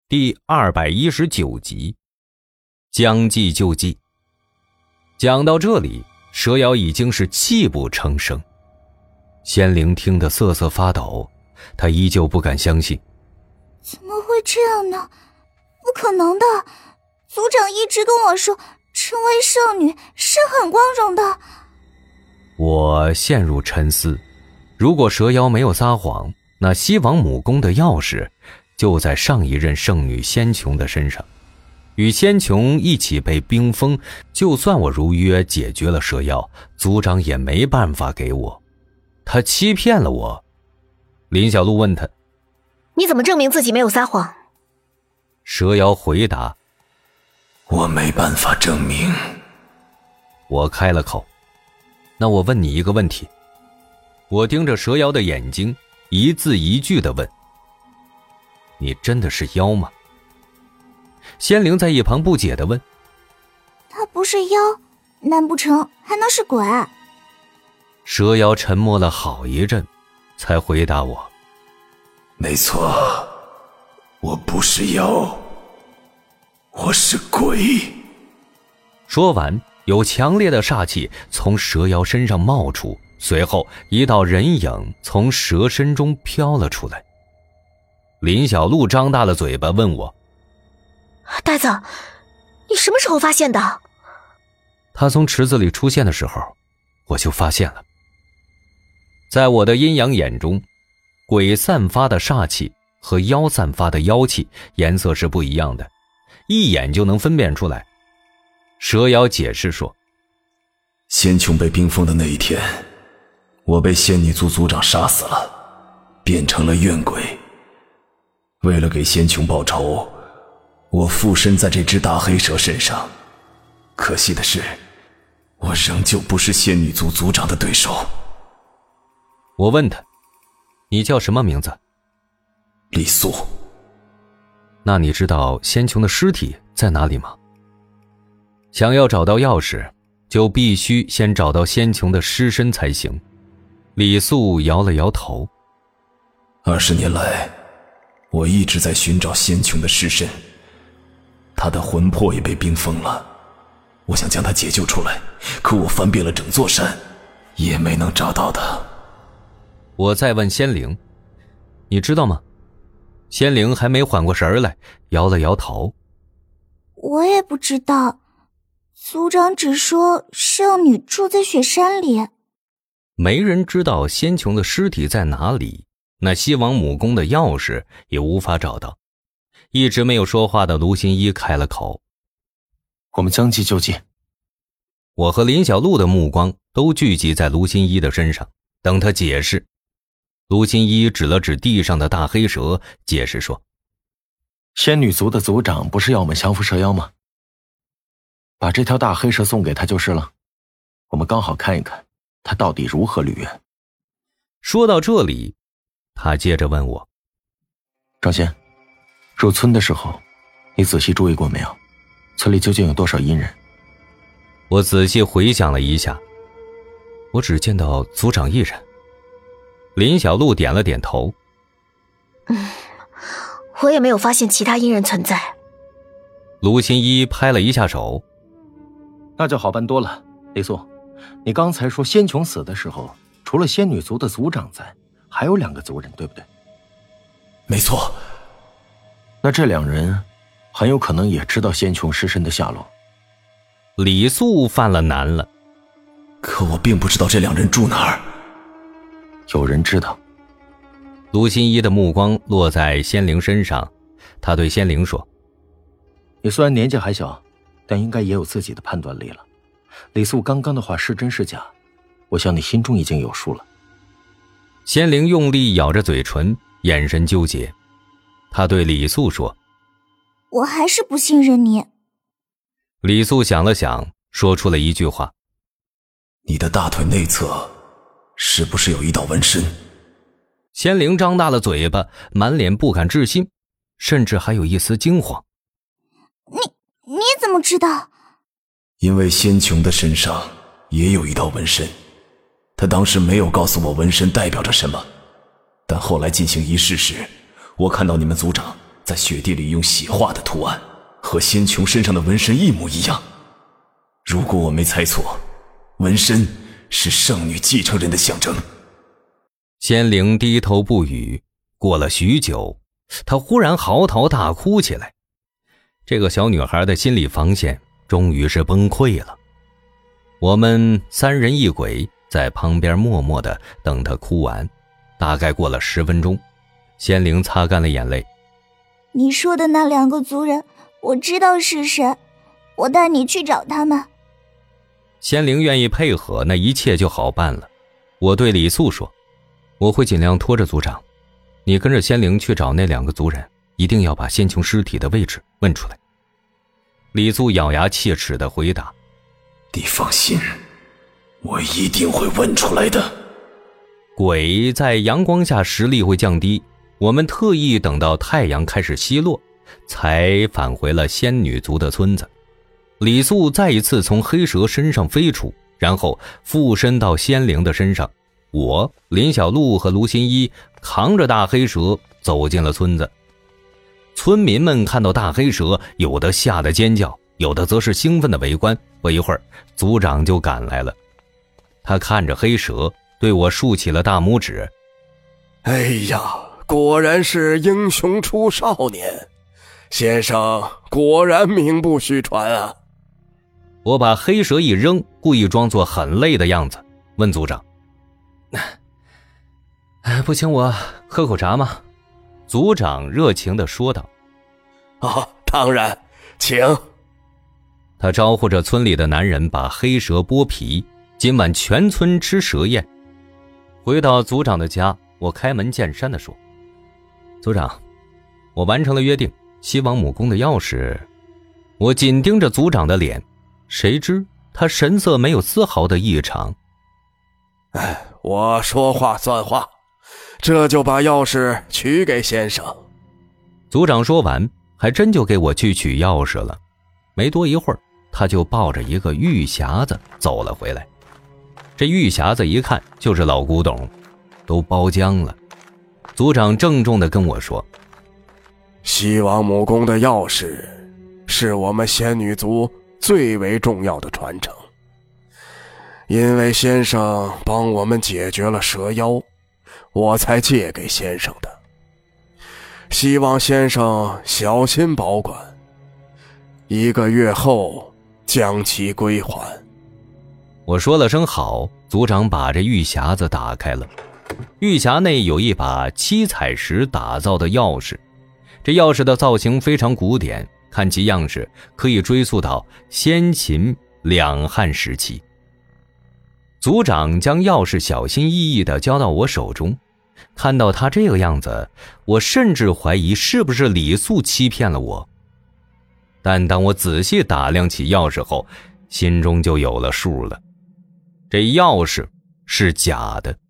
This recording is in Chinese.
第219集，将计就计。讲到这里，蛇妖已经是泣不成声。仙灵听得瑟瑟发抖，他依旧不敢相信。 怎么会这样呢？不可能的，族长一直跟我说成为圣女是很光荣的。 我陷入沉思，如果蛇妖没有撒谎，那西王母宫的钥匙就在上一任圣女仙琼的身上，与仙琼一起被冰封，就算我如约解决了蛇妖，族长也没办法给我，他欺骗了我。林小璐问他， 你怎么证明自己没有撒谎？ 蛇妖回答， 我没办法证明。 我开了口，那我问你一个问题。我盯着蛇妖的眼睛，一字一句地问，你真的是妖吗？仙灵在一旁不解地问， 他不是妖，难不成还能是鬼？ 蛇妖沉默了好一阵，才回答我， 没错，我不是妖，我是鬼。 说完，有强烈的煞气从蛇妖身上冒出，随后一道人影从蛇身中飘了出来。林小璐张大了嘴巴问我， 呆子，你什么时候发现的？ 他从池子里出现的时候，我就发现了。在我的阴阳眼中，鬼散发的煞气和妖散发的妖气颜色是不一样的，一眼就能分辨出来。蛇妖解释说， 仙琼被冰封的那一天，我被仙女族族长杀死了，变成了怨鬼。为了给仙琼报仇，我附身在这只大黑蛇身上。可惜的是，我仍旧不是仙女族族长的对手。 我问他，你叫什么名字？ 李素。 那你知道仙琼的尸体在哪里吗？想要找到钥匙，就必须先找到仙琼的尸身才行。李素摇了摇头。 20年来，我一直在寻找仙琼的尸身，她的魂魄也被冰封了。我想将她解救出来，可我翻遍了整座山，也没能找到她。 我再问仙灵，你知道吗？仙灵还没缓过神来，摇了摇头。 我也不知道，族长只说圣女住在雪山里。 没人知道仙琼的尸体在哪里，那西王母宫的钥匙也无法找到。一直没有说话的卢新一开了口， 我们将计就计。 我和林小璐的目光都聚集在卢新一的身上，等他解释。卢新一指了指地上的大黑蛇，解释说， 仙女族的族长不是要我们降服蛇妖吗？把这条大黑蛇送给他就是了，我们刚好看一看他到底如何履约。 说到这里，他接着问我， 张仙，入村的时候你仔细注意过没有，村里究竟有多少阴人？ 我仔细回想了一下，我只见到族长一人。林小璐点了点头， 我也没有发现其他阴人存在。 卢新一拍了一下手， 那就好办多了。李素，你刚才说仙琼死的时候，除了仙女族的族长在，还有2个族人，对不对？ 没错。 那这2人很有可能也知道仙琼尸身的下落。 李素犯了难了， 可我并不知道这2人住哪儿。 有人知道。 卢新一的目光落在仙灵身上，他对仙灵说， 你虽然年纪还小，但应该也有自己的判断力了。李素刚刚的话是真是假，我想你心中已经有数了。 仙灵用力咬着嘴唇，眼神纠结。他对李素说， 我还是不信任你。 李素想了想，说出了一句话， 你的大腿内侧是不是有一道纹身？ 仙灵张大了嘴巴，满脸不敢置信，甚至还有一丝惊慌。 你怎么知道？ 因为仙琼的身上也有一道纹身，他当时没有告诉我纹身代表着什么，但后来进行仪式时，我看到你们族长在雪地里用血画的图案，和仙琼身上的纹身一模一样。如果我没猜错，纹身是圣女继承人的象征。 仙灵低头不语，过了许久，她忽然嚎啕大哭起来。这个小女孩的心理防线终于是崩溃了。我们3人1鬼在旁边默默地等她哭完，大概过了10分钟，仙灵擦干了眼泪。 你说的那2个族人，我知道是谁，我带你去找他们。 仙灵愿意配合，那一切就好办了。我对李素说，我会尽量拖着族长，你跟着仙灵去找那2个族人，一定要把仙琼尸体的位置问出来。李素咬牙切齿地回答， 你放心，我一定会问出来的。 鬼在阳光下实力会降低，我们特意等到太阳开始西落，才返回了仙女族的村子。李素再一次从黑蛇身上飞出，然后附身到仙灵的身上。我、林小璐和卢新一扛着大黑蛇走进了村子。村民们看到大黑蛇，有的吓得尖叫，有的则是兴奋的围观。不一会儿，族长就赶来了。他看着黑蛇，对我竖起了大拇指。 哎呀，果然是英雄出少年，先生果然名不虚传啊。 我把黑蛇一扔，故意装作很累的样子，问族长，不请我喝口茶吗？族长热情地说道。 当然，请。 他招呼着村里的男人把黑蛇剥皮，今晚全村吃蛇宴。回到族长的家，我开门见山地说，族长，我完成了约定，西王母宫的钥匙。我紧盯着族长的脸，谁知他神色没有丝毫的异常。 我说话算话，这就把钥匙取给先生。 族长说完，还真就给我去取钥匙了。没多一会儿，他就抱着一个玉匣子走了回来。这玉匣子一看就是老古董，都包浆了。族长郑重地跟我说， 西王母宫的钥匙是我们仙女族最为重要的传承，因为先生帮我们解决了蛇妖，我才借给先生的，希望先生小心保管，1个月后将其归还。 我说了声好，族长把这玉匣子打开了。玉匣内有一把7彩石打造的钥匙，这钥匙的造型非常古典，看其样式可以追溯到先秦两汉时期。族长将钥匙小心翼翼地交到我手中，看到他这个样子，我甚至怀疑是不是李素欺骗了我。但当我仔细打量起钥匙后，心中就有了数了。这钥匙是假的，